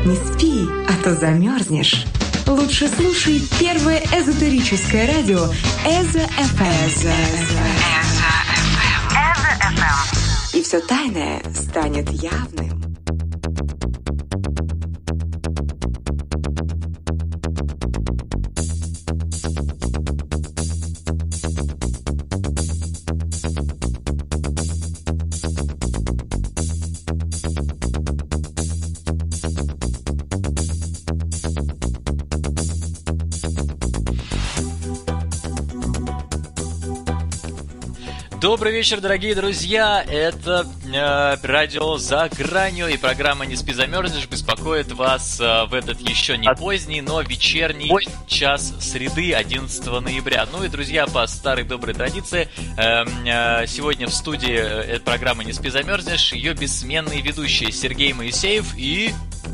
Не спи, а то замерзнешь. Лучше слушай первое эзотерическое радио Эзо-ФМ. И все тайное станет явным. Добрый вечер, дорогие друзья! Это радио «За гранью» и программа «Не спи, замерзнешь» беспокоит вас в этот еще не поздний, но вечерний час среды, 11 ноября. Ну и, друзья, по старой доброй традиции, сегодня в студии программы «Не спи, замерзнешь» ее бессменные ведущие Сергей Моисеев и...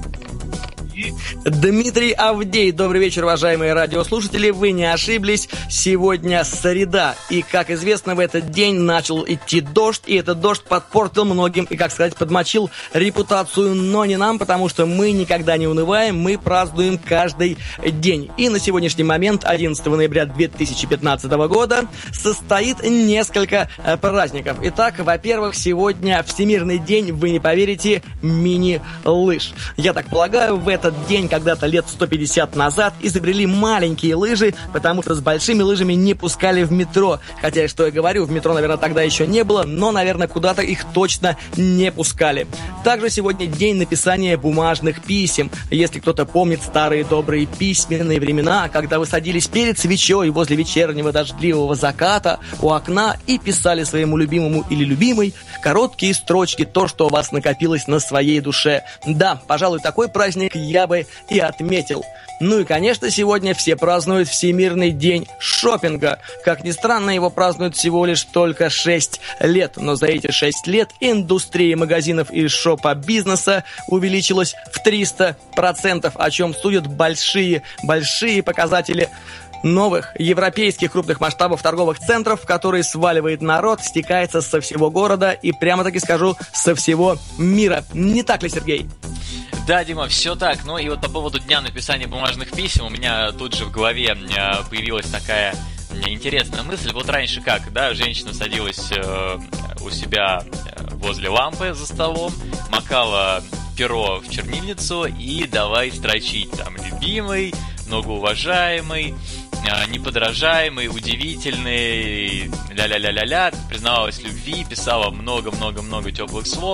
Дмитрий Авдей. Добрый вечер, уважаемые радиослушатели. Вы не ошиблись. Сегодня среда. И, как известно, в этот день начал идти дождь. И этот дождь подпортил многим и, как сказать, подмочил репутацию. Но не нам, потому что мы никогда не унываем. Мы празднуем каждый день. И на сегодняшний момент, 11 ноября 2015 года, состоит несколько праздников. Итак, во-первых, сегодня Всемирный день, вы не поверите, мини-лыж. Я так полагаю, в этот день когда-то лет 150 назад изобрели маленькие лыжи, потому что с большими лыжами не пускали в метро. Хотя, что я говорю, в метро, наверное, тогда еще не было, но, наверное, куда-то их точно не пускали. Также сегодня день написания бумажных писем. Если кто-то помнит старые добрые письменные времена, когда вы садились перед свечой возле вечернего дождливого заката у окна и писали своему любимому или любимой короткие строчки, то, что у вас накопилось на своей душе. Да, пожалуй, такой праздник я бы и отметил. Ну и, конечно, сегодня все празднуют Всемирный день шопинга. Как ни странно, его празднуют всего лишь только 6 лет. Но за эти 6 лет индустрия магазинов и шопа-бизнеса увеличилась в 300%, о чем судят большие показатели новых европейских крупных масштабов торговых центров, в которые сваливает народ, стекается со всего города и, прямо-таки скажу, со всего мира. Не так ли, Сергей? Да, Дима, все так. Ну и вот по поводу дня написания бумажных писем у меня тут же в голове появилась такая интересная мысль. Вот раньше как, да, женщина садилась у себя возле лампы за столом, макала перо в чернильницу и давай строчить там: любимый, многоуважаемый, неподражаемый, удивительный, ля-ля-ля-ля-ля, признавалась в любви, писала много-много-много теплых слов,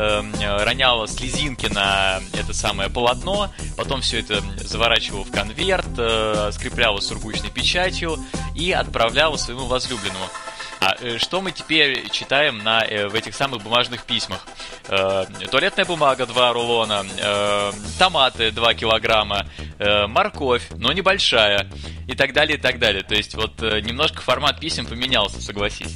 роняла слезинки на это самое полотно, потом все это заворачивала в конверт, скрепляла сургучной печатью и отправляла своему возлюбленному. А что мы теперь читаем в этих самых бумажных письмах? Туалетная бумага 2 рулона, томаты 2 килограмма, морковь, но небольшая, и так далее, и так далее. То есть вот немножко формат писем поменялся, согласись.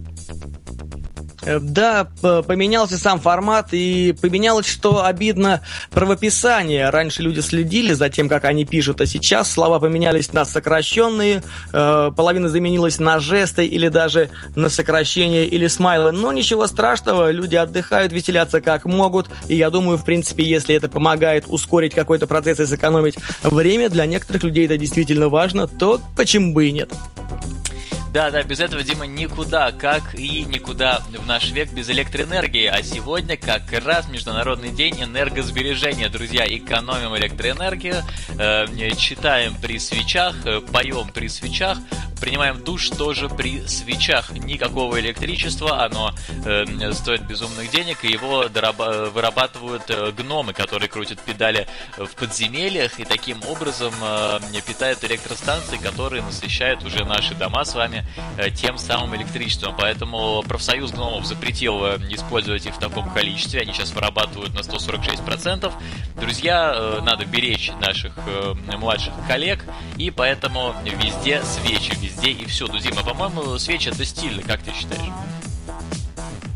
Да, поменялся сам формат, и поменялось, что обидно, правописание. Раньше люди следили за тем, как они пишут, а сейчас слова поменялись на сокращенные, половина заменилась на жесты или даже на сокращение или смайлы. Но ничего страшного, люди отдыхают, веселятся как могут, и я думаю, в принципе, если это помогает ускорить какой-то процесс и сэкономить время, для некоторых людей это действительно важно, то почему бы и нет? Да, без этого, Дима, никуда, как и никуда в наш век без электроэнергии. А сегодня как раз Международный день энергосбережения. Друзья, экономим электроэнергию, читаем при свечах, поем при свечах, принимаем душ тоже при свечах. Никакого электричества, оно стоит безумных денег, и его вырабатывают гномы, которые крутят педали в подземельях, и таким образом питают электростанции, которые насыщают уже наши дома с вами тем самым электричеством. Поэтому профсоюз гномов запретил использовать их в таком количестве. Они сейчас вырабатывают на 146%. Друзья, надо беречь наших младших коллег, и поэтому везде свечи, везде и всюду. Дима, по-моему, свечи — это стильно, как ты считаешь?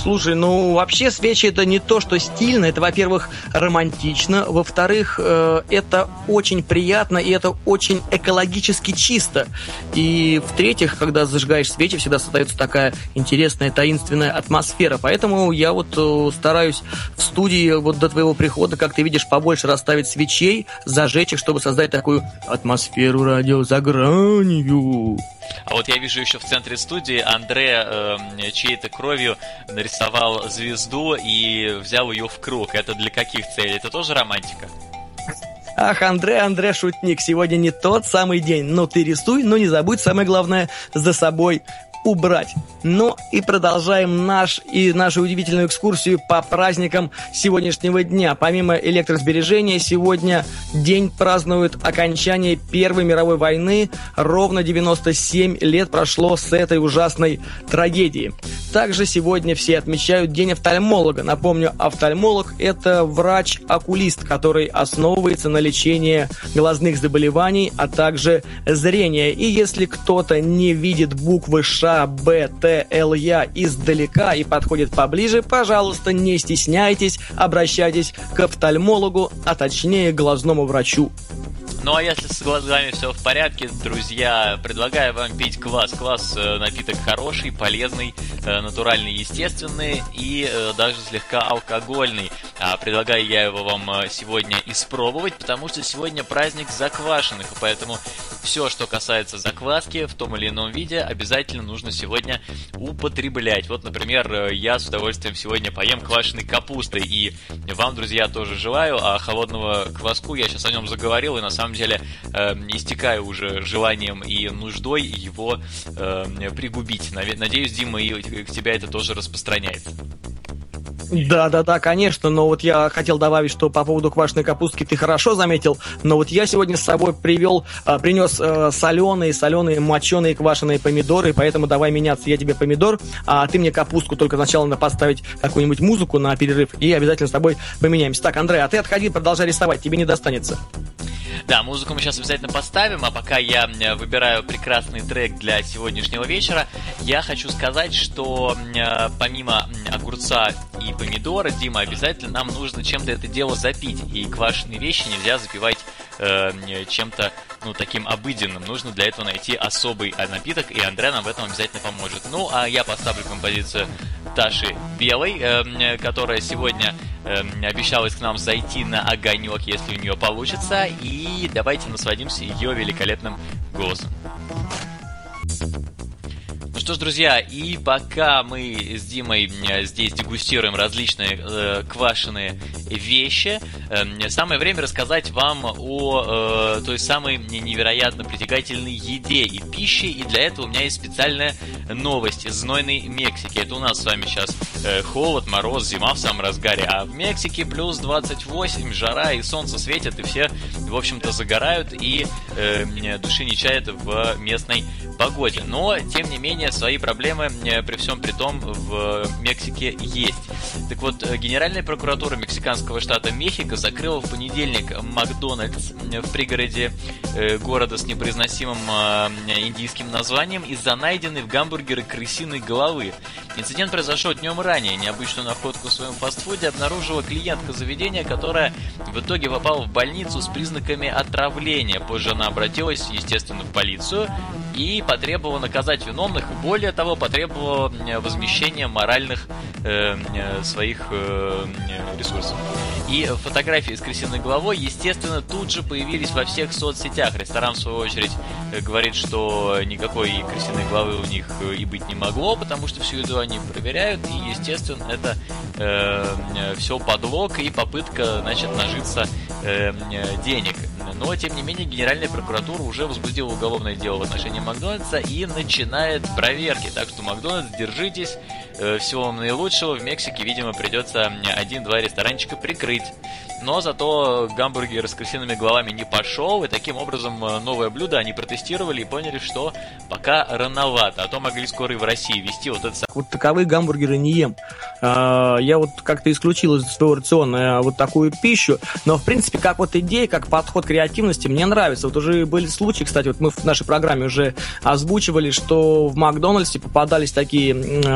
Слушай, вообще свечи это не то, что стильно, это, во-первых, романтично, во-вторых, это очень приятно и это очень экологически чисто. И в-третьих, когда зажигаешь свечи, всегда создается такая интересная, таинственная атмосфера. Поэтому я стараюсь в студии до твоего прихода, как ты видишь, побольше расставить свечей, зажечь их, чтобы создать такую атмосферу радио за гранью. А вот я вижу еще в центре студии Андре чьей-то кровью нарисовал звезду и взял ее в круг. Это для каких целей? Это тоже романтика? Ах, Андре, шутник, сегодня не тот самый день. Но ты рисуй, но не забудь, самое главное, за собой убрать. И продолжаем нашу удивительную экскурсию по праздникам сегодняшнего дня. Помимо электросбережения, сегодня день празднует окончание Первой мировой войны. Ровно 97 лет прошло с этой ужасной трагедии. Также сегодня все отмечают День офтальмолога. Напомню, офтальмолог – это врач-окулист, который основывается на лечении глазных заболеваний, а также зрения. И если кто-то не видит буквы Ш, Б, Т, Л, Я издалека и подходит поближе, пожалуйста, не стесняйтесь, обращайтесь к офтальмологу, а точнее к глазному врачу. Ну а если с глазами все в порядке, друзья, предлагаю вам пить квас. Квас напиток хороший, полезный, натуральный, естественный и даже слегка алкогольный. Предлагаю я его вам сегодня испробовать, потому что сегодня праздник заквашенных, и поэтому все, что касается закваски в том или ином виде, обязательно нужно сегодня употреблять. Вот, например, я с удовольствием сегодня поем квашеной капустой, и вам, друзья, тоже желаю, а холодного кваску, я сейчас о нем заговорил, и на самом деле истекаю уже желанием и нуждой его пригубить. Надеюсь, Дима, и к тебя это тоже распространяется. Да, конечно, но вот я хотел добавить, что по поводу квашеной капустки ты хорошо заметил, но вот я сегодня с собой принес соленые, моченые квашеные помидоры, поэтому давай меняться, я тебе помидор, а ты мне капустку, только сначала надо поставить какую-нибудь музыку на перерыв, и обязательно с тобой поменяемся. Так, Андрей, а ты отходи, продолжай рисовать, тебе не достанется. Да, музыку мы сейчас обязательно поставим, а пока я выбираю прекрасный трек для сегодняшнего вечера, я хочу сказать, что помимо огурца и помидора, Дима, обязательно нам нужно чем-то это дело запить, и квашеные вещи нельзя запивать чем-то, таким обыденным. Нужно для этого найти особый напиток, и Андре нам в этом обязательно поможет. А я поставлю композицию Таши Белой, которая сегодня обещалась к нам зайти на огонек, если у нее получится, и давайте насладимся ее великолепным голосом. Ну что ж, друзья, и пока мы с Димой здесь дегустируем различные квашеные вещи, самое время рассказать вам о той самой невероятно притягательной еде и пище, и для этого у меня есть специальная новость из знойной Мексики. Это у нас с вами сейчас холод, мороз, зима в самом разгаре, а в Мексике плюс 28, жара, и солнце светит, и все, в общем-то, загорают и души не чают в местной погоде. Но, тем не менее, свои проблемы при всем при том в Мексике есть. Так вот, Генеральная прокуратура мексиканского штата Мехико закрыла в понедельник Макдональдс в пригороде города с непроизносимым индийским названием из-за найденной в гамбургеры крысиной головы. Инцидент произошел днем ранее. Необычную находку в своем фастфуде обнаружила клиентка заведения, которая в итоге попала в больницу с признаками отравления. Позже она обратилась, естественно, в полицию и потребовала наказать виновных. Более того, потребовала возмещения моральных своих ресурсов. И фотографии с крысиной головой, естественно, тут же появились во всех соцсетях. Ресторан, в свою очередь, говорит, что никакой крысиной головы у них и быть не могло, потому что всю еду они проверяют, и, естественно, это все подлог и попытка, нажиться денег. Но, тем не менее, Генеральная прокуратура уже возбудила уголовное дело в отношении Макдональдса и начинает проверки. Так что, Макдональдс, держитесь. Всего вам наилучшего. В Мексике, видимо, придется 1-2 ресторанчика прикрыть. Но зато гамбургер с крысиными головами не пошел, и таким образом новое блюдо они протестировали и поняли, что пока рановато. А то могли скоро и в России вести вот это. Вот таковые гамбургеры не ем. Я вот как-то исключил из своего рациона вот такую пищу, но в принципе как вот идея, как подход к креативности мне нравится. Вот уже были случаи, кстати, вот мы в нашей программе уже озвучивали, что в Макдональдсе попадались такие курьезные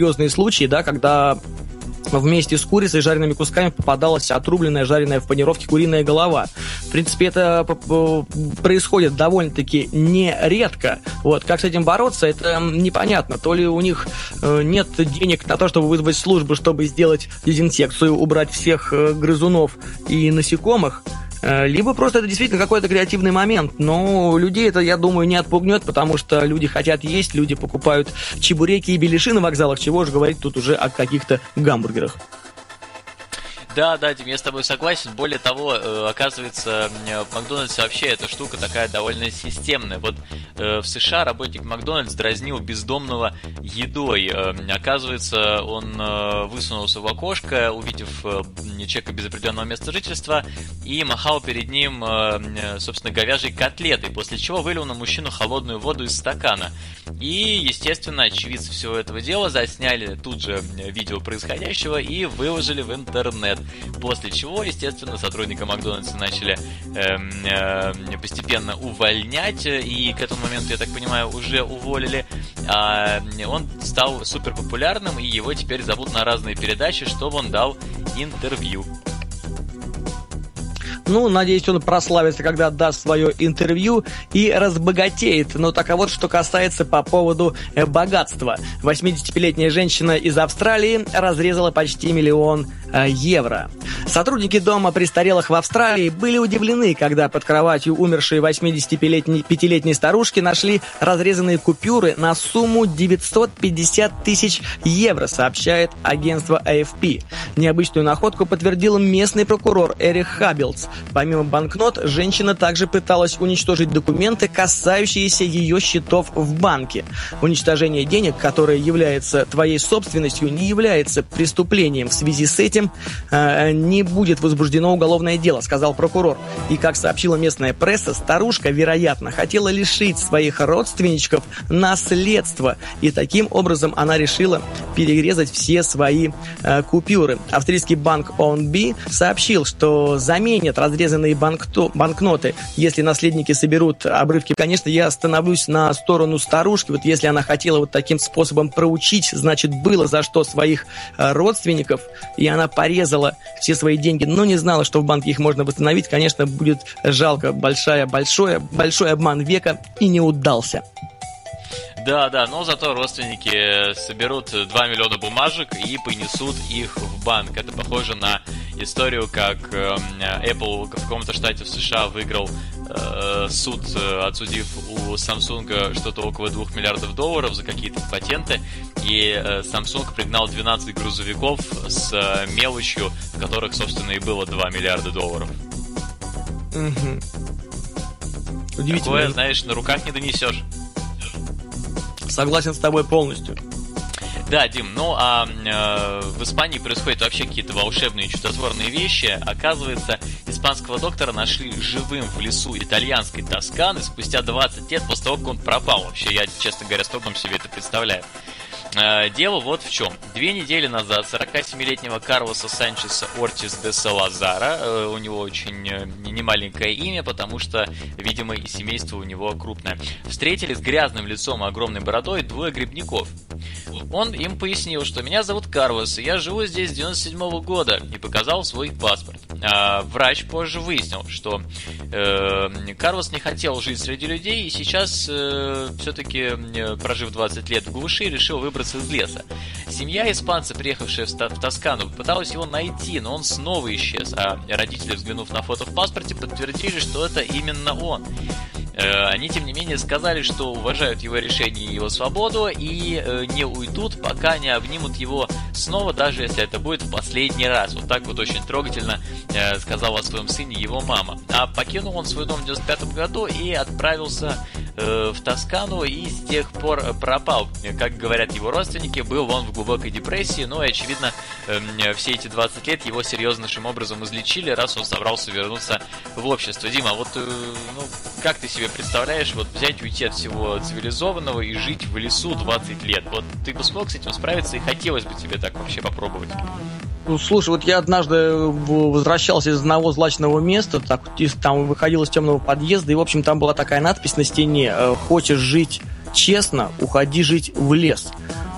курьезные случаи, да, когда вместе с курицей жареными кусками попадалась отрубленная, жареная в панировке куриная голова. В принципе, это происходит довольно-таки нередко. Вот. Как с этим бороться, это непонятно. То ли у них нет денег на то, чтобы вызвать службу, чтобы сделать дезинсекцию, убрать всех грызунов и насекомых, либо просто это действительно какой-то креативный момент. Но людей это, я думаю, не отпугнет, потому что люди хотят есть, люди покупают чебуреки и беляши на вокзалах, чего же говорить тут уже о каких-то гамбургерах. Да, Дим, я с тобой согласен. Более того, оказывается, в Макдональдсе вообще эта штука такая довольно системная. Вот в США работник Макдональдс дразнил бездомного едой. Оказывается, он высунулся в окошко, увидев человека без определенного места жительства, и махал перед ним, собственно, говяжьей котлетой, после чего вылил на мужчину холодную воду из стакана. И, естественно, очевидцы всего этого дела засняли тут же видео происходящего и выложили в интернет. После чего, естественно, сотрудника Макдональдса начали постепенно увольнять, и к этому моменту, я так понимаю, уже уволили. Он стал супер популярным, и его теперь зовут на разные передачи, чтобы он дал интервью. Ну, надеюсь, он прославится, когда даст свое интервью и разбогатеет. Но так вот, что касается по поводу богатства. 85-летняя женщина из Австралии разрезала почти 1 миллион евро. Сотрудники дома престарелых в Австралии были удивлены, когда под кроватью умершей 85-летней старушки нашли разрезанные купюры на сумму 950 тысяч евро, сообщает агентство AFP. Необычную находку подтвердил местный прокурор Эрих Хаббелц. Помимо банкнот, женщина также пыталась уничтожить документы, касающиеся ее счетов в банке. Уничтожение денег, которое является твоей собственностью, не является преступлением. В связи с этим не будет возбуждено уголовное дело, сказал прокурор. И, как сообщила местная пресса, старушка, вероятно, хотела лишить своих родственничков наследства. И таким образом она решила перерезать все свои купюры. Австрийский банк ONB сообщил, что заменят разрезанные банкноты, если наследники соберут обрывки. Конечно, я становлюсь на сторону старушки. Вот если она хотела вот таким способом проучить, значит, было за что своих родственников, и она порезала все свои деньги, но не знала, что в банке их можно восстановить. Конечно, будет жалко. Большой обман века, и не удался. Да, но зато родственники соберут 2 миллиона бумажек и понесут их в банк. Это похоже на историю, как Apple в каком-то штате в США выиграл суд, отсудив у Samsung что-то около $2 миллиардов за какие-то патенты, и Samsung пригнал 12 грузовиков с мелочью, в которых, собственно, и было $2 миллиарда. Угу. Удивительно. Такое, знаешь, на руках не донесешь. Согласен с тобой полностью. Да, Дим, в Испании происходят вообще какие-то волшебные, чудотворные вещи. Оказывается, испанского доктора нашли живым в лесу итальянской Тосканы спустя 20 лет после того, как он пропал. Вообще, я, честно говоря, с трудом себе это представляю. Дело вот в чем. 2 недели назад 47-летнего Карлоса Санчеса Ортис де Салазара, у него очень немаленькое имя, потому что, видимо, и семейство у него крупное, встретили с грязным лицом и огромной бородой 2 грибников. Он им пояснил, что меня зовут Карлос, и я живу здесь с 97-го года, и показал свой паспорт. Врач позже выяснил, что Карлос не хотел жить среди людей, и сейчас, все-таки, прожив 20 лет в глуши, решил выбраться из леса. Семья испанца, приехавшая в Тоскану, пыталась его найти, но он снова исчез, а родители, взглянув на фото в паспорте, подтвердили, что это именно он. Они, тем не менее, сказали, что уважают его решение и его свободу и не уйдут, пока не обнимут его снова, даже если это будет в последний раз. Вот так вот очень трогательно сказала о своем сыне его мама. А покинул он свой дом в 95 году и отправился в Тоскану, и с тех пор пропал. Как говорят его родственники, был он в глубокой депрессии, но, очевидно, все эти 20 лет его серьезнейшим образом излечили, раз он собрался вернуться в общество. Дима, вот как ты себе представляешь, вот взять, уйти от всего цивилизованного и жить в лесу 20 лет? Вот ты бы смог с этим справиться, и хотелось бы тебе так вообще попробовать? Слушай, вот я однажды возвращался из одного злачного места, там выходил из темного подъезда, и, в общем, там была такая надпись на стене: «Хочешь жить честно, уходи жить в лес».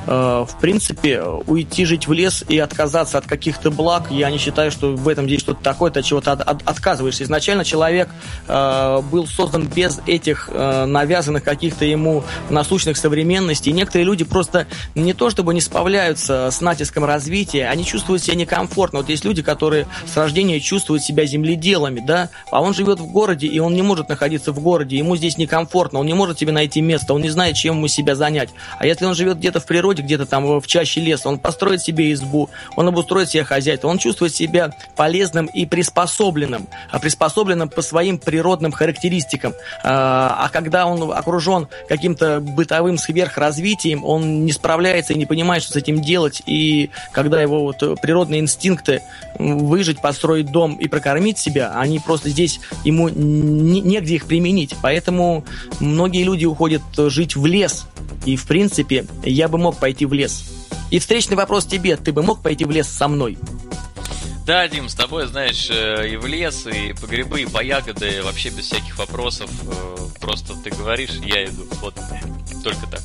в принципе, уйти жить в лес и отказаться от каких-то благ, я не считаю, что в этом есть что-то такое, ты от чего-то отказываешься. Изначально человек был создан без этих навязанных каких-то ему насущных современностей. И некоторые люди просто не то чтобы не справляются с натиском развития, они чувствуют себя некомфортно. Вот есть люди, которые с рождения чувствуют себя земледелами, да, а он живет в городе, и он не может находиться в городе, ему здесь некомфортно, он не может себе найти место, он не знает, чем ему себя занять. А если он живет где-то в природе, где-то там в чаще леса, он построит себе избу, он обустроит себе хозяйство, он чувствует себя полезным и приспособленным по своим природным характеристикам. А когда он окружен каким-то бытовым сверхразвитием, он не справляется и не понимает, что с этим делать, и когда его вот природные инстинкты выжить, построить дом и прокормить себя, они просто здесь ему негде их применить. Поэтому многие люди уходят жить в лес. И, в принципе, я бы мог пойти в лес. И встречный вопрос тебе: ты бы мог пойти в лес со мной? Да, Дим, с тобой, знаешь, и в лес, и по грибы, и по ягоды, вообще без всяких вопросов. Просто ты говоришь, я иду. Вот, только так.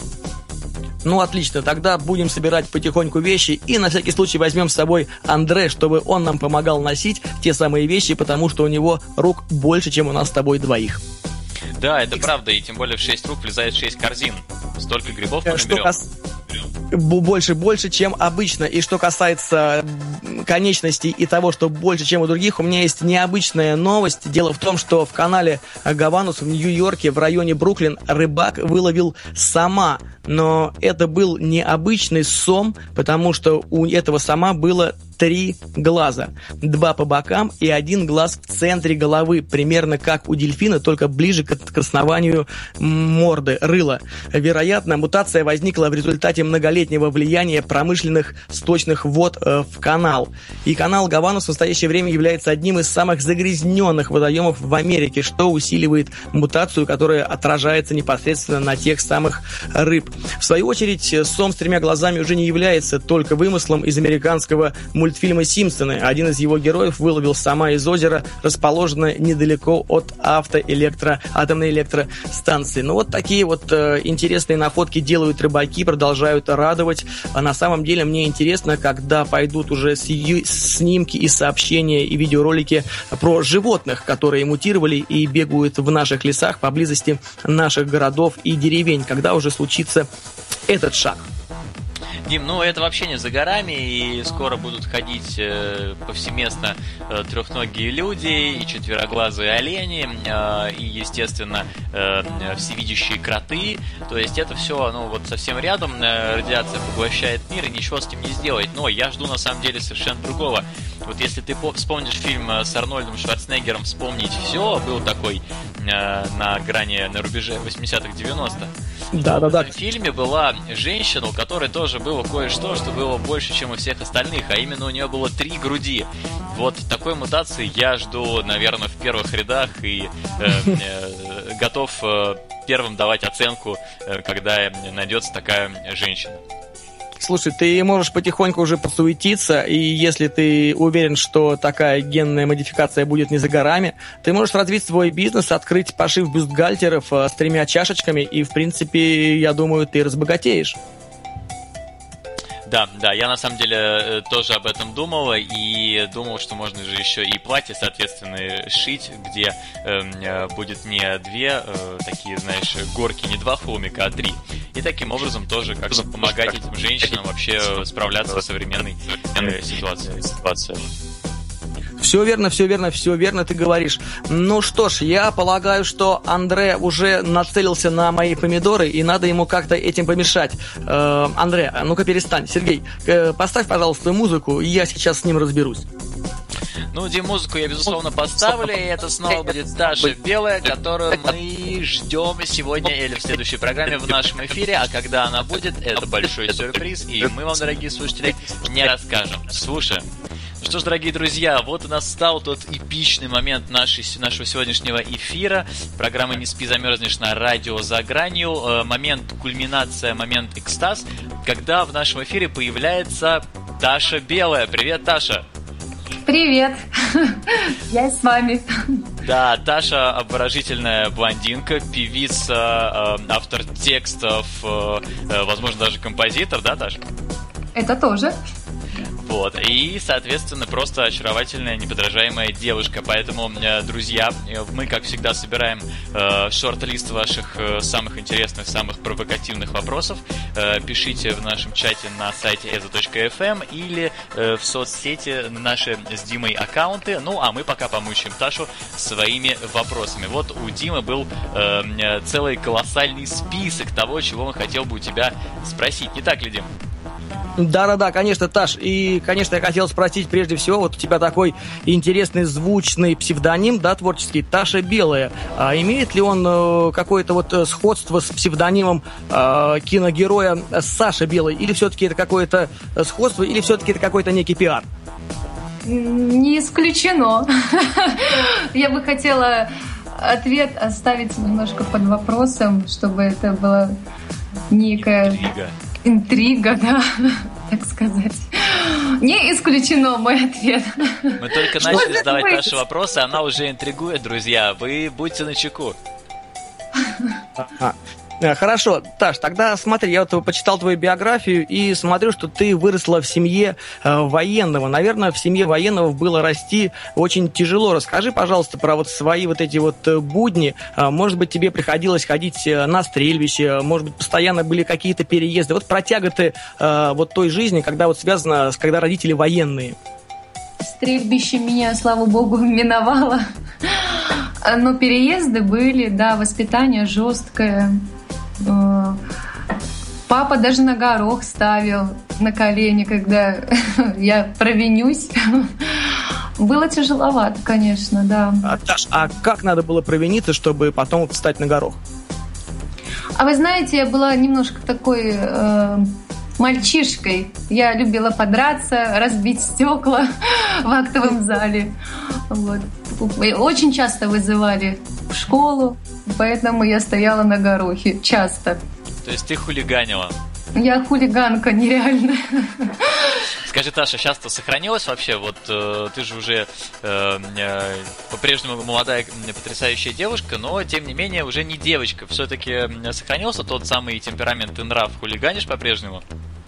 Ну, отлично, тогда будем собирать потихоньку вещи и на всякий случай возьмем с собой Андре, чтобы он нам помогал носить те самые вещи, потому что у него рук больше, чем у нас с тобой двоих. Да, это правда, и тем более в 6 рук влезает 6 корзин. Столько грибов мы наберем. Больше, чем обычно. И что касается конечностей и того, что больше, чем у других, у меня есть необычная новость. Дело в том, что в канале Гаванус в Нью-Йорке, в районе Бруклин, рыбак выловил сома. Но это был необычный сом, потому что у этого сома было 3 глаза. 2 по бокам и 1 глаз в центре головы. Примерно как у дельфина, только ближе к основанию морды, рыла. Вероятно, мутация возникла в результате многолетнего влияния промышленных сточных вод в канал. И канал Гаванус в настоящее время является одним из самых загрязненных водоемов в Америке, что усиливает мутацию, которая отражается непосредственно на тех самых рыб. В свою очередь, сом с 3 глазами уже не является только вымыслом из американского мультфильма «Симпсоны». Один из его героев выловил сома из озера, расположенное недалеко от атомной электростанции. Ну вот такие вот интересные находки делают рыбаки, продолжают радовать. А на самом деле мне интересно, когда пойдут уже снимки и сообщения и видеоролики про животных, которые мутировали и бегают в наших лесах поблизости наших городов и деревень, когда уже случится этот шаг. Дим, ну это вообще не за горами, и скоро будут ходить повсеместно трехногие люди и четвероглазые олени, и, естественно, всевидящие кроты. То есть это все, ну вот совсем рядом, радиация поглощает мир, и ничего с этим не сделать. Но я жду на самом деле совершенно другого. Вот если ты вспомнишь фильм с Арнольдом Шварценеггером «Вспомнить все», был такой на рубеже 80-х, 90-х. Да. В этом фильме была женщина, у которой тоже было кое-что, что было больше, чем у всех остальных, а именно у нее было 3 груди. Вот такой мутации я жду, наверное, в первых рядах и готов первым давать оценку, когда найдется такая женщина. Слушай, ты можешь потихоньку уже подсуетиться, и если ты уверен, что такая генная модификация будет не за горами, ты можешь развить свой бизнес, открыть пошив бюстгальтеров с 3 чашечками, и, в принципе, я думаю, ты разбогатеешь. Да, я на самом деле тоже об этом думал, и думал, что можно же еще и платье, соответственно, шить, где будет не 2 такие, знаешь, горки, не 2 холмика, а 3. И таким образом тоже как-то помогать этим женщинам вообще справляться с современной ситуацией. Все верно ты говоришь. Ну что ж, я полагаю, что Андре уже нацелился на мои помидоры, и надо ему как-то этим помешать. Андре, ну-ка перестань. Сергей, поставь, пожалуйста, музыку, и я сейчас с ним разберусь. Ну, Дим, музыку я, безусловно, поставлю, и это снова будет Таша Белая, которую мы ждем сегодня или в следующей программе в нашем эфире, а когда она будет, это большой сюрприз, и мы вам, дорогие слушатели, не расскажем. Слушаем. Что ж, дорогие друзья, вот и настал тот эпичный момент нашего сегодняшнего эфира. Программа «Не спи, замерзнешь» на радио «За гранью». Момент кульминация, момент экстаз, когда в нашем эфире появляется Таша Белая. Привет, Таша! Привет! Я с вами. Да, Таша обворожительная блондинка, певица, автор текстов, возможно, даже композитор, да, Таша? Это тоже. Вот, и, соответственно, просто очаровательная, неподражаемая девушка. Поэтому, друзья, мы, как всегда, собираем шорт-лист ваших самых интересных, самых провокативных вопросов. Пишите в нашем чате на сайте ezo.fm или в соцсети наши с Димой аккаунты. Ну, а мы пока помучаем Ташу своими вопросами. Вот у Димы был целый колоссальный список того, чего он хотел бы у тебя спросить. Не так ли, Дим? Да, конечно, Таш. И, конечно, я хотел спросить прежде всего, вот у тебя такой интересный звучный псевдоним, да, творческий, Таша Белая. А имеет ли он какое-то вот сходство с псевдонимом киногероя Саша Белый? Или все-таки это какое-то сходство, или все-таки это какой-то некий пиар? Не исключено. Я бы хотела ответ оставить немножко под вопросом, чтобы это была некая... Интрига, да, так сказать. Не исключено мой ответ. Мы только начали задавать Таше вопросы, она уже интригует, друзья. Вы будьте начеку. Хорошо, Таш, тогда смотри, я вот почитал твою биографию и смотрю, что ты выросла в семье военного. Наверное, в семье военного было расти очень тяжело. Расскажи, пожалуйста, про вот свои вот эти вот будни. Может быть, тебе приходилось ходить на стрельбище, может быть, постоянно были какие-то переезды. Вот про тяготы вот той жизни, когда вот связано, когда родители военные. Стрельбище меня, слава богу, миновало. Но переезды были, да, воспитание жесткое. Папа даже на горох ставил на колени, когда я провинюсь. Было тяжеловато, конечно, да. Таш, а как надо было провиниться, чтобы потом встать на горох? А вы знаете, я была немножко такой мальчишкой. Я любила подраться, разбить стекла в актовом зале. Вот. Очень часто вызывали в школу, поэтому я стояла на горохе часто. То есть ты хулиганила? Я хулиганка нереальная. Скажи, Таша, сейчас-то сохранилось вообще? Вот ты же уже по-прежнему молодая, потрясающая девушка, но, тем не менее, уже не девочка. Все-таки сохранился тот самый темперамент и нрав? Хулиганишь по-прежнему?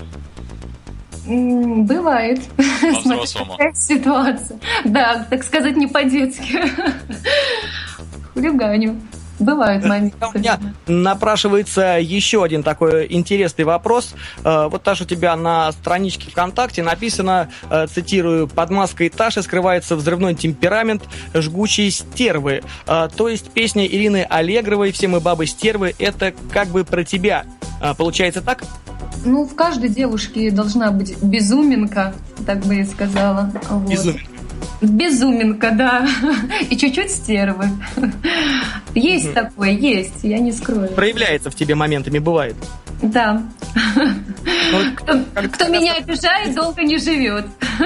Бывает. По-взрослому. Смотри, какая ситуация. Да, так сказать, не по-детски. Хулиганю. Бывают моменты. У меня напрашивается еще один такой интересный вопрос. Вот, Таша, у тебя на страничке ВКонтакте написано, цитирую, «Под маской Таши скрывается взрывной темперамент жгучей стервы». То есть песня Ирины Аллегровой «Все мы бабы-стервы» — это как бы про тебя. Получается так? Ну, в каждой девушке должна быть безуминка, так бы я сказала. Вот. Безуминка. Безуминка, да. И чуть-чуть стервы. Есть такое, есть, я не скрою. Проявляется в тебе моментами, бывает. Да. Кто меня обижает, долго не живет.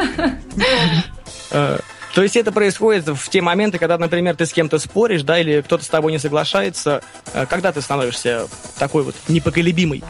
То есть это происходит в те моменты, когда, например, ты с кем-то споришь, да, или кто-то с тобой не соглашается, когда ты становишься такой вот непоколебимой?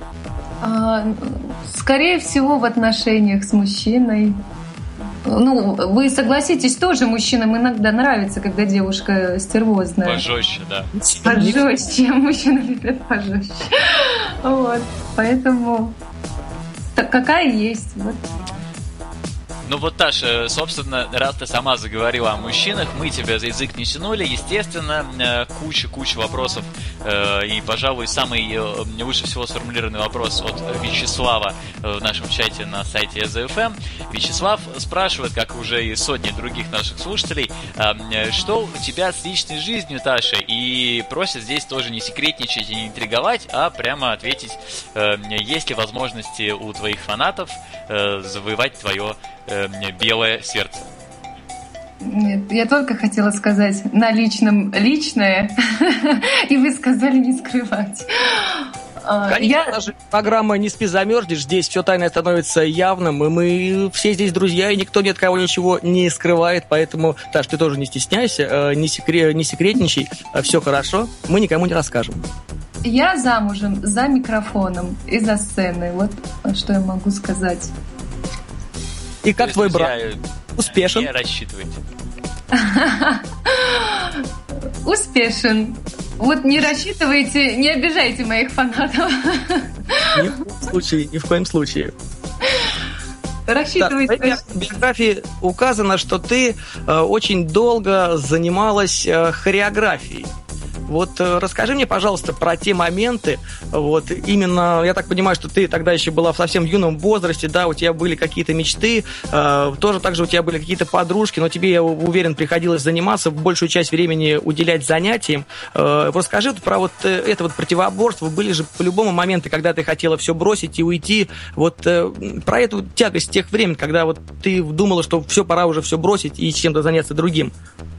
Скорее всего, в отношениях с мужчиной. Ну, вы согласитесь, тоже мужчинам иногда нравится, когда девушка стервозная. Пожестче, да. Пожестче, мужчины любят пожестче. Вот, поэтому какая есть, вот. Ну вот, Таша, собственно, раз ты сама заговорила о мужчинах, мы тебя за язык не тянули. Естественно, куча вопросов. И, пожалуй, самый лучше всего сформулированный вопрос от Вячеслава в нашем чате на сайте EZFM. Вячеслав спрашивает, как уже и сотни других наших слушателей, что у тебя с личной жизнью, Таша, и просит здесь тоже не секретничать и не интриговать, а прямо ответить, есть ли возможности у твоих фанатов завоевать твое белое сердце. Нет, я только хотела сказать на личном личное, и вы сказали не скрывать. Конечно, даже программа «Не спи, замерзнешь», здесь все тайное становится явным, и мы все здесь друзья, и никто ни от кого ничего не скрывает, поэтому, Таш, ты тоже не стесняйся, не секретничай, все хорошо, мы никому не расскажем. Я замужем за микрофоном и за сценой, вот что я могу сказать. И как твой брак? Успешен? Не рассчитывайте. успешен. Вот не рассчитывайте, не обижайте моих фанатов. Ни в коем случае. Рассчитывайте. Да, в биографии указано, что ты очень долго занималась хореографией. Вот расскажи мне, пожалуйста, про те моменты. Вот именно, я так понимаю, что ты тогда еще была в совсем юном возрасте, да, у тебя были какие-то мечты, тоже также у тебя были какие-то подружки, но тебе, я уверен, приходилось заниматься, большую часть времени уделять занятиям. Расскажи про вот это вот противоборство. Были же по-любому моменты, когда ты хотела все бросить и уйти. Вот про эту тягость тех времен, когда вот ты думала, что все, пора уже все бросить и чем-то заняться другим.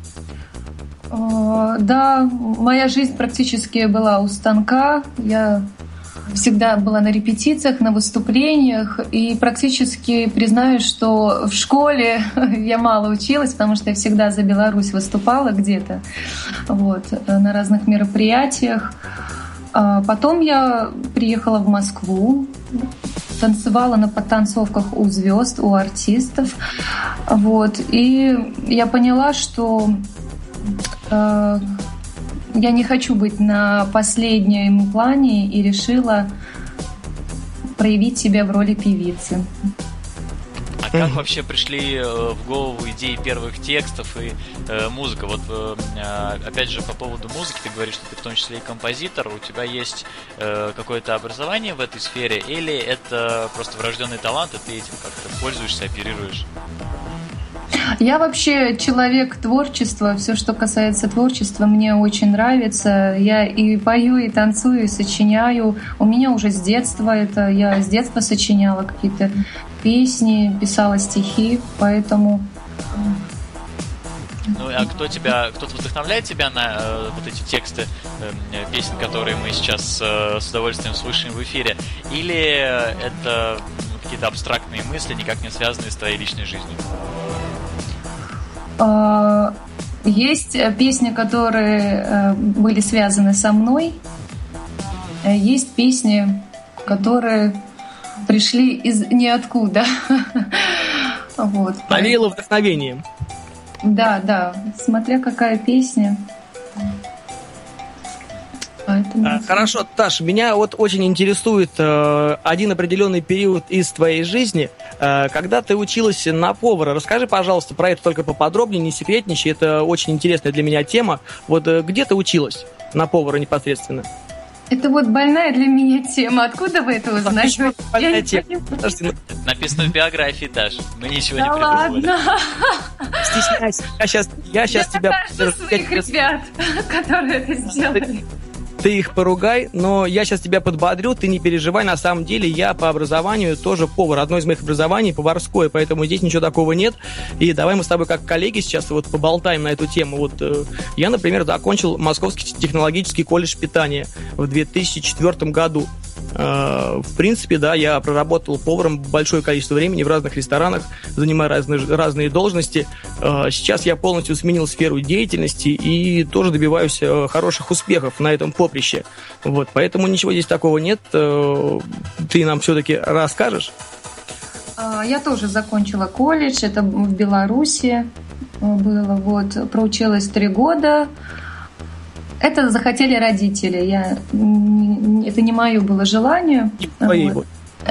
Да, моя жизнь практически была у станка. Я всегда была на репетициях, на выступлениях. И практически признаюсь, что в школе я мало училась, потому что я всегда за Беларусь выступала где-то вот, на разных мероприятиях. Потом я приехала в Москву, танцевала на подтанцовках у звезд, у артистов. Вот, и я поняла, что я не хочу быть на последнем плане и решила проявить себя в роли певицы. А как вообще пришли в голову идеи первых текстов и музыка? Вот опять же по поводу музыки, ты говоришь, что ты в том числе и композитор. У тебя есть какое-то образование в этой сфере, или это просто врожденный талант, и ты этим как-то пользуешься, оперируешь? Я вообще человек творчества. Все, что касается творчества, мне очень нравится. Я и пою, и танцую, и сочиняю. У меня уже с детства это. Я с детства сочиняла какие-то песни, писала стихи, поэтому... Ну, а кто-то вдохновляет тебя на вот эти тексты песен, которые мы сейчас с удовольствием слышим в эфире? Или это какие-то абстрактные мысли, никак не связанные с твоей личной жизнью? Есть песни, которые были связаны со мной. Есть песни, которые пришли из ниоткуда. Вот. Навеяло вдохновением. Да. Смотря какая песня. Поэтому... Хорошо, Таш, меня вот очень интересует один определенный период из твоей жизни, когда ты училась на повара. Расскажи, пожалуйста, про это только поподробнее, не секретничай, это очень интересная для меня тема. Вот где ты училась на повара непосредственно? Это вот больная для меня тема. Откуда вы это узнаете? Больная тема. Написано в биографии, Таш. Мы ничего не придумали. Ладно. Стесняйся. Я сейчас тебя... покажу своих ребят, которые это сделали. Ты их поругай, но я сейчас тебя подбодрю, ты не переживай, на самом деле я по образованию тоже повар. Одно из моих образований поварское, поэтому здесь ничего такого нет. И давай мы с тобой как коллеги сейчас вот поболтаем на эту тему. Вот я, например, закончил Московский технологический колледж питания в 2004 году. В принципе, да, я проработал поваром большое количество времени в разных ресторанах, занимая разные должности. Сейчас я полностью сменил сферу деятельности и тоже добиваюсь хороших успехов на этом поприще. Вот, поэтому ничего здесь такого нет. Ты нам все-таки расскажешь? Я тоже закончила колледж, это в Беларуси было. Вот, проучилась 3 года. Это захотели родители. Это не мое было желание. Вот.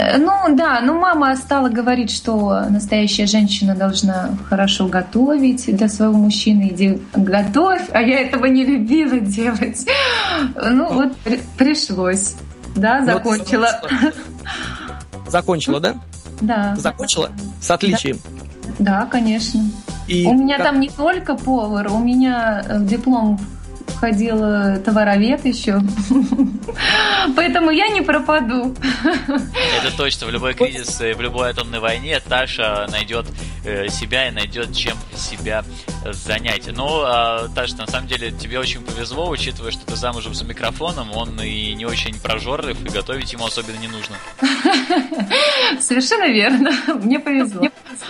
Мама стала говорить, что настоящая женщина должна хорошо готовить для своего мужчины. Иди готовь, а я этого не любила делать. Пришлось. Да, закончила. Закончила, да? Да. Закончила? С отличием? Да, конечно. У меня там не только повар, у меня диплом входил товаровед еще. Поэтому я не пропаду. Это точно. В любой кризис, в любой атомной войне Таша найдет себя и найдет чем себя занять. Но, Таша, на самом деле тебе очень повезло, учитывая, что ты замужем за микрофоном, он и не очень прожорлив, и готовить ему особенно не нужно. Совершенно верно. Мне повезло.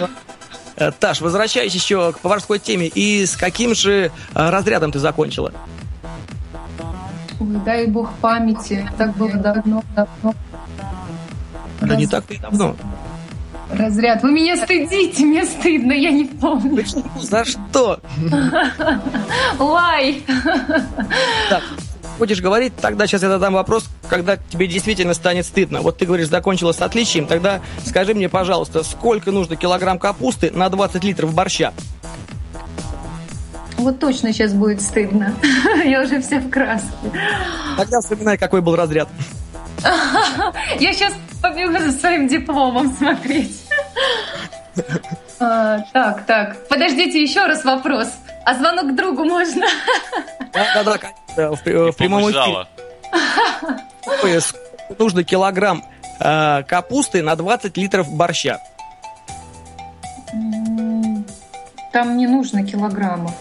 Таш, возвращаясь еще к поварской теме, и с каким же разрядом ты закончила? Ой, дай бог памяти. Так было давно. Да не так-то и давно. Разряд. Вы меня стыдите, мне стыдно, я не помню. За что? Why? Так, будешь говорить, тогда сейчас я задам вопрос, когда тебе действительно станет стыдно. Вот ты говоришь, закончила с отличием, тогда скажи мне, пожалуйста, сколько нужно килограмм капусты на 20 литров борща? Вот точно сейчас будет стыдно. Я уже вся в краске. Тогда вспоминай, какой был разряд. Я сейчас побегу за своим дипломом смотреть. Так. Подождите, еще раз вопрос. А звонок к другу можно? Да, в прямом эфире. Нужно килограмм капусты на 20 литров борща. Там не нужно килограммов.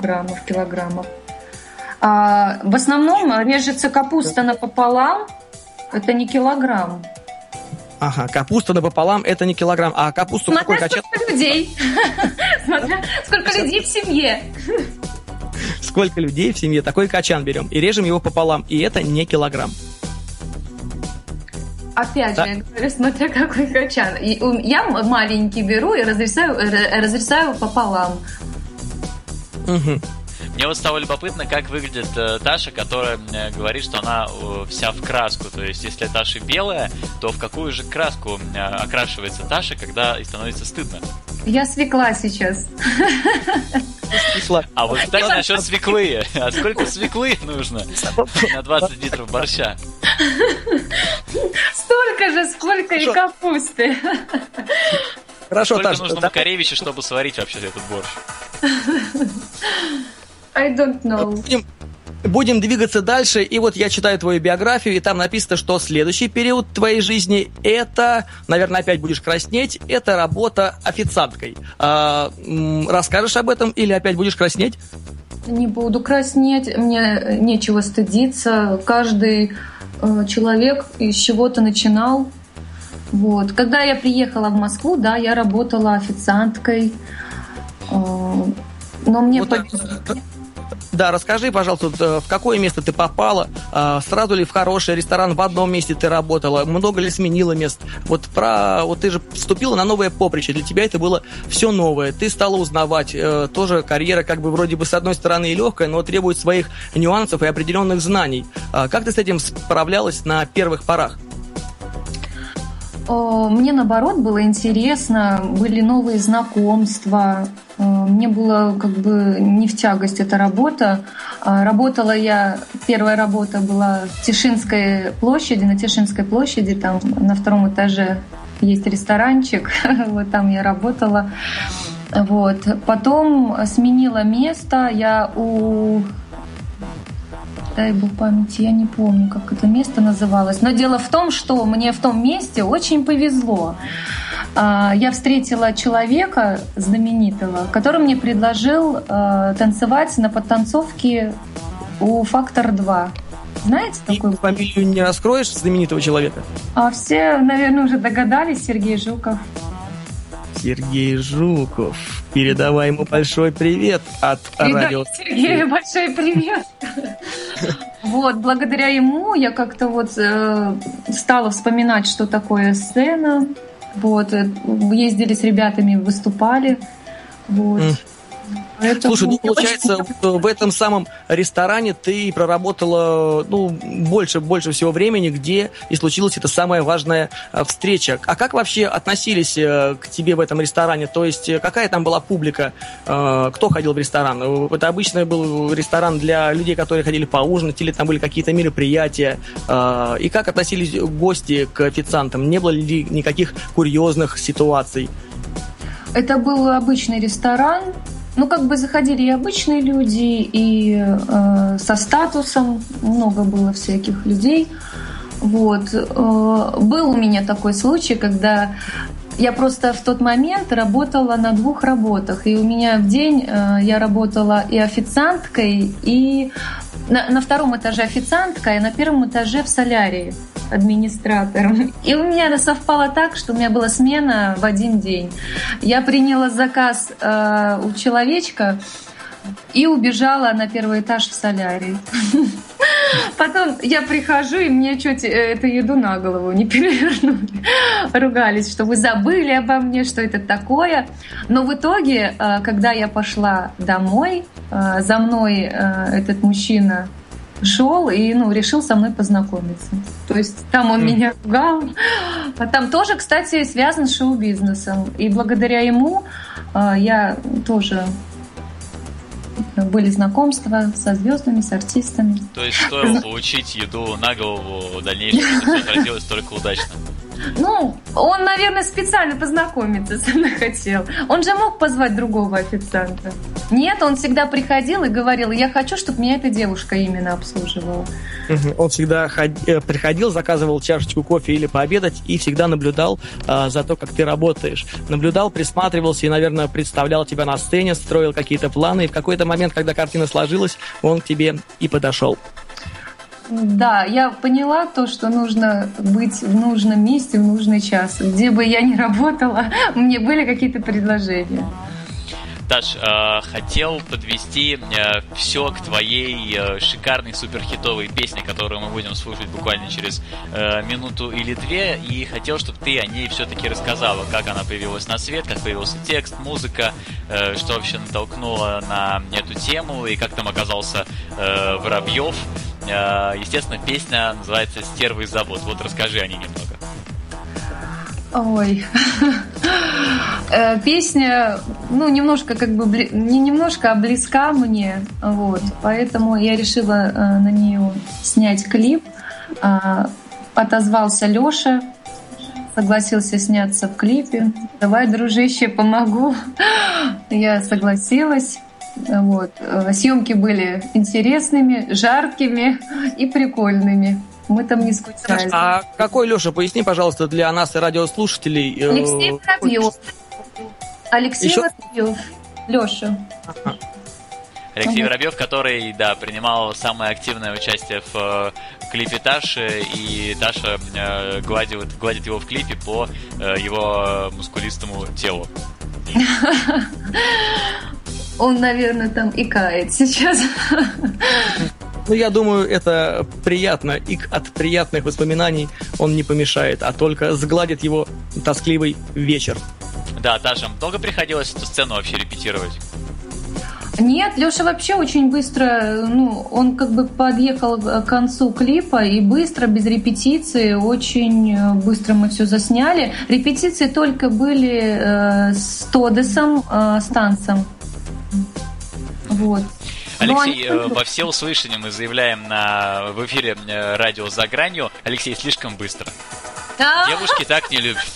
В основном режется капуста напополам. Это не килограмм. Ага, капуста напополам – это не килограмм. А капусту какой качан? Сколько людей. Смотря сколько людей в семье. Сколько людей в семье, такой качан берем и режем его пополам. И это не килограмм. Опять же, я говорю, смотря какой качан. Я маленький беру и разрезаю пополам. Угу. Мне вот стало любопытно, как выглядит Таша, которая говорит, что она вся в краску. То есть, если Таша белая, то в какую же краску окрашивается Таша, когда ей становится стыдно? Я свекла сейчас. А вот, кстати, насчет свеклы. А сколько свеклы нужно на 20 литров борща? Столько же, сколько и капусты. Хорошо, сколько Таша, нужно Макаревича, чтобы сварить вообще этот борщ? I don't know. Будем двигаться дальше. И вот я читаю твою биографию, и там написано, что следующий период твоей жизни – это, наверное, опять будешь краснеть, это работа официанткой. Расскажешь об этом или опять будешь краснеть? Не буду краснеть, мне нечего стыдиться. Каждый человек из чего-то начинал. Вот. Когда я приехала в Москву, да, я работала официанткой. Но мне вот да, расскажи, пожалуйста, в какое место ты попала, сразу ли в хороший ресторан, в одном месте ты работала, много ли сменила мест? Вот ты же вступила на новое поприще, для тебя это было все новое, ты стала узнавать, тоже карьера как бы вроде бы с одной стороны и легкая, но требует своих нюансов и определенных знаний. Как ты с этим справлялась на первых порах? Мне, наоборот, было интересно, были новые знакомства. Мне было как бы не в тягость эта работа. Работала я, первая работа была в Тишинской площади, на Тишинской площади, там на втором этаже есть ресторанчик, вот там я работала. Вот. Потом сменила место, я дай бог памяти, я не помню, как это место называлось. Но дело в том, что мне в том месте очень повезло. Я встретила человека знаменитого, который мне предложил танцевать на подтанцовке у «Фактор-2». Знаете такой? Фамилию не раскроешь знаменитого человека? Все, наверное, уже догадались. Сергей Жуков. Сергей Жуков. Передавай ему большой привет от радио. Сергею большой привет. Вот, благодаря ему я как-то вот стала вспоминать, что такое сцена. Вот, ездили с ребятами, выступали. Вот. Слушай, ну получается, в этом самом ресторане ты проработала больше всего времени, где и случилась эта самая важная встреча. А как вообще относились к тебе в этом ресторане? То есть какая там была публика? Кто ходил в ресторан? Это обычно был ресторан для людей, которые ходили поужинать, или там были какие-то мероприятия? И как относились гости к официантам? Не было ли никаких курьезных ситуаций? Это был обычный ресторан. Как бы заходили и обычные люди, и со статусом, много было всяких людей. Вот. Был у меня такой случай, когда я просто в тот момент работала на 2 работах. И у меня в день я работала и официанткой, и на 2 этаже официанткой, а на 1 этаже в солярии администратором. И у меня это совпало так, что у меня была смена в один день. Я приняла заказ у человечка и убежала на 1 этаж в солярий. Потом я прихожу, и мне чуть эту еду на голову не перевернули. Ругались, что вы забыли обо мне, что это такое. Но в итоге, когда я пошла домой, за мной этот мужчина шел и решил со мной познакомиться. То есть там он меня ругал. А там тоже, кстати, связан с шоу-бизнесом. И благодаря ему я тоже... Были знакомства со звездами, с артистами. То есть стоило получить еду на голову, в дальнейшем это отразилось только удачно. Ну, он, наверное, специально познакомиться со мной хотел. Он же мог позвать другого официанта. Нет, он всегда приходил и говорил: я хочу, чтобы меня эта девушка именно обслуживала. Он всегда приходил, заказывал чашечку кофе или пообедать и всегда наблюдал за то, как ты работаешь. Наблюдал, присматривался и, наверное, представлял тебя на сцене, строил какие-то планы. И в какой-то момент, когда картина сложилась, он к тебе и подошел. Да, я поняла то, что нужно быть в нужном месте в нужный час. Где бы я ни работала, мне были какие-то предложения. Таш, хотел подвести все к твоей шикарной суперхитовой песне, которую мы будем слушать буквально через минуту или две, и хотел, чтобы ты о ней все-таки рассказала, как она появилась на свет, как появился текст, музыка, что вообще натолкнуло на эту тему, и как там оказался Воробьев. Естественно, песня называется «Стервый завод». Вот расскажи о ней немного. Ой, песня, немножко не немножко, а близка мне, вот, поэтому я решила на нее снять клип. Отозвался Лёша, согласился сняться в клипе. Давай, дружище, помогу. Я согласилась. Вот. Съемки были интересными, жаркими и прикольными. Мы там не скучали. А какой Лёша? Поясни, пожалуйста, для нас и радиослушателей. Алексей Воробьев. Алексей Воробьев. Лёша. Алексей Воробьев, который, принимал самое активное участие в клипе Таши, и Таша гладит его в клипе по его мускулистому телу. Он, наверное, там икает сейчас. Я думаю, это приятно, и от приятных воспоминаний он не помешает, а только сгладит его тоскливый вечер. Да, Таша, долго приходилось эту сцену вообще репетировать? Нет, Лёша вообще очень быстро, он подъехал к концу клипа и быстро, без репетиции, очень быстро мы все засняли. Репетиции только были с Тодесом, с танцем. Вот. Алексей, во всеуслышание мы заявляем в эфире радио «За гранью». Алексей, слишком быстро. Девушки так не любят.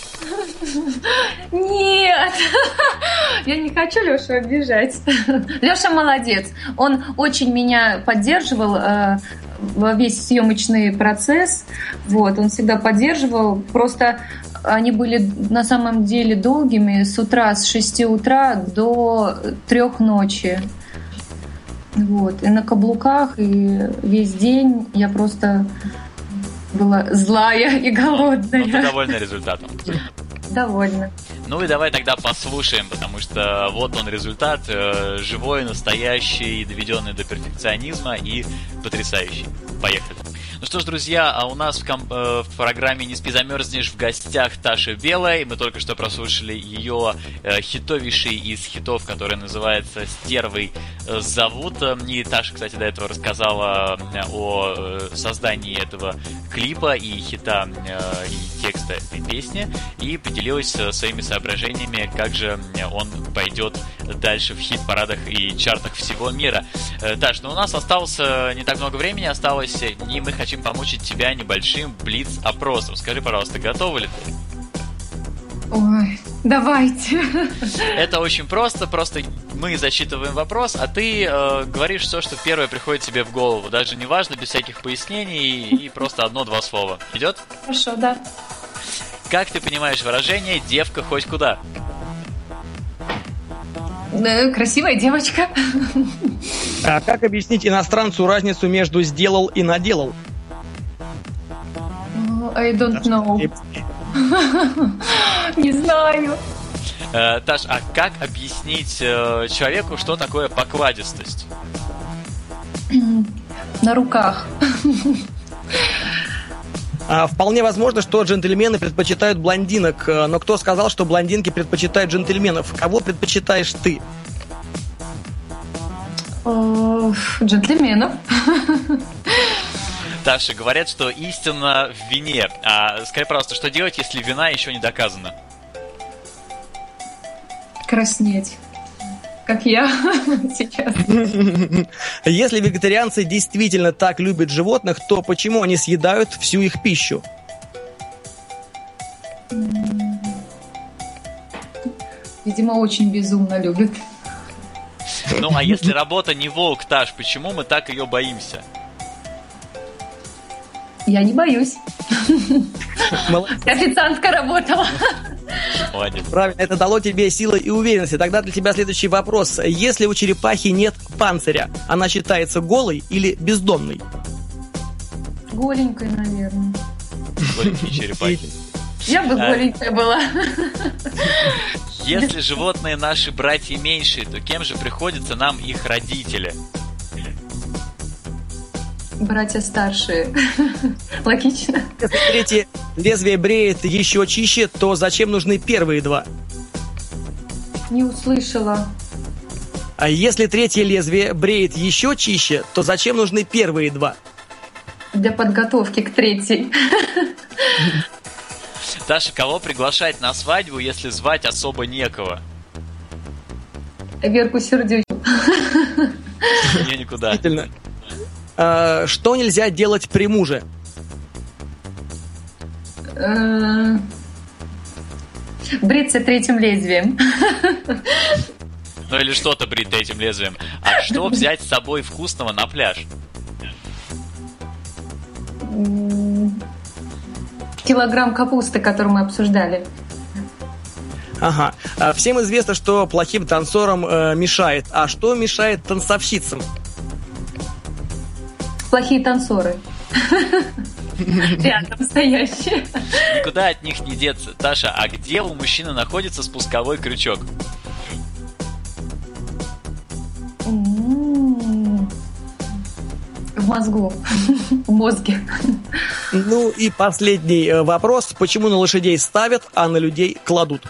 Нет, я не хочу Лёшу обижать. Лёша молодец. Он очень меня поддерживал весь съемочный процесс. Вот, он всегда поддерживал. Просто они были на самом деле долгими. С утра, с 6 утра до 3 ночи. Вот. И на каблуках, и весь день я просто была злая и голодная. Ты довольна результатом? Довольна. Ну и давай тогда послушаем, потому что вот он результат, живой, настоящий, доведенный до перфекционизма и потрясающий. Поехали. Ну что ж, друзья, а у нас в программе «Не спи, замерзнешь» в гостях Таша Белая. Мы только что прослушали ее хитовейший из хитов, который называется «Стервый зовут». И Таша, кстати, до этого рассказала о создании этого клипа и хита, и текста этой песни, и поделилась своими соображениями, как же он пойдет дальше в хит-парадах и чартах всего мира. Таш, у нас осталось не так много времени, и мы хотим помучить тебя небольшим блиц-опросом. Скажи, пожалуйста, готова ли ты? Ой, давайте. Это очень просто мы зачитываем вопрос, а ты говоришь все, что первое приходит тебе в голову. Даже не важно, без всяких пояснений, и просто 1-2 слова. Идет? Хорошо, да. Как ты понимаешь выражение «девка хоть куда»? Красивая девочка. А как объяснить иностранцу разницу между «сделал» и «наделал»? I don't know. Не знаю. Таш, а как объяснить человеку, что такое покладистость? На руках. Вполне возможно, что джентльмены предпочитают блондинок, но кто сказал, что блондинки предпочитают джентльменов? Кого предпочитаешь ты? Джентльменов. Таша, говорят, что истина в вине. Скажи, пожалуйста, что делать, если вина еще не доказана? Краснеть. Как я сейчас. Если вегетарианцы действительно так любят животных, то почему они съедают всю их пищу? Видимо, очень безумно любят. Ну, а если работа не волк, Таш, почему мы так ее боимся? Я не боюсь. Молодец. Официантка работала. Молодец. Правильно, это дало тебе силы и уверенности. Тогда для тебя следующий вопрос. Если у черепахи нет панциря, она считается голой или бездомной? Голенькой, наверное. Голенькие черепахи. Я бы голенькая была. Если животные наши братья меньшие, то кем же приходятся нам их родители? Братья старшие. Логично. Если третье лезвие бреет еще чище, то зачем нужны первые два? Не услышала. А если третье лезвие бреет еще чище, то зачем нужны первые два? Для подготовки к третьей. Таша, кого приглашать на свадьбу, если звать особо некого? Верку Сердючку. Не, никуда. Действительно. Что нельзя делать при муже? Бриться третьим лезвием. Ну или что-то брить этим лезвием. А что взять с собой вкусного на пляж? Килограмм капусты, которую мы обсуждали. Ага. Всем известно, что плохим танцорам мешает. А что мешает танцовщицам? Плохие танцоры. Рядом стоящие. Никуда от них не деться. Таша, а где у мужчины находится спусковой крючок? В мозгу. В мозге. Ну и последний вопрос. Почему на лошадей ставят, а на людей кладут?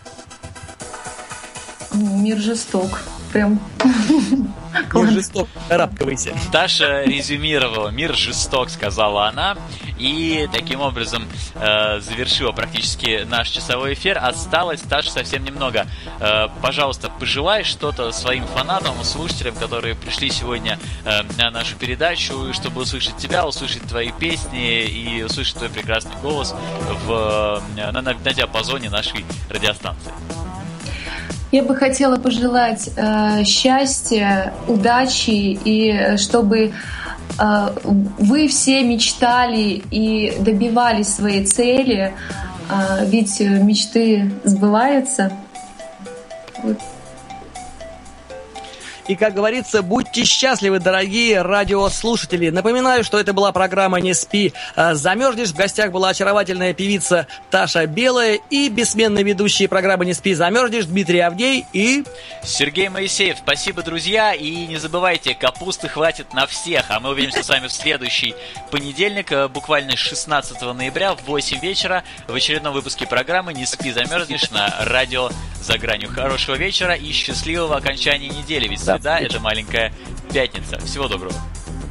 Мир жесток. Прям. Мир жесток, карабкивайся. Таша резюмировала. Мир жесток, сказала она. И таким образом завершила практически наш часовой эфир. Осталось, Таша, совсем немного. Пожалуйста, пожелай что-то своим фанатам, слушателям, которые пришли сегодня на нашу передачу, чтобы услышать тебя, услышать твои песни и услышать твой прекрасный голос на диапазоне нашей радиостанции. Я бы хотела пожелать счастья, удачи и чтобы вы все мечтали и добивались своей цели, ведь мечты сбываются. Вот. И, как говорится, будьте счастливы, дорогие радиослушатели. Напоминаю, что это была программа «Не спи, замерзнешь». В гостях была очаровательная певица Таша Белая и бессменный ведущий программы «Не спи, замерзнешь» Дмитрий Авдей и... Сергей Моисеев. Спасибо, друзья. И не забывайте, капусты хватит на всех. А мы увидимся с вами в следующий понедельник, буквально 16 ноября в 8 вечера в очередном выпуске программы «Не спи, замерзнешь» на радио «За гранью». Хорошего вечера и счастливого окончания недели. Ведь среда — это маленькая пятница. Всего доброго.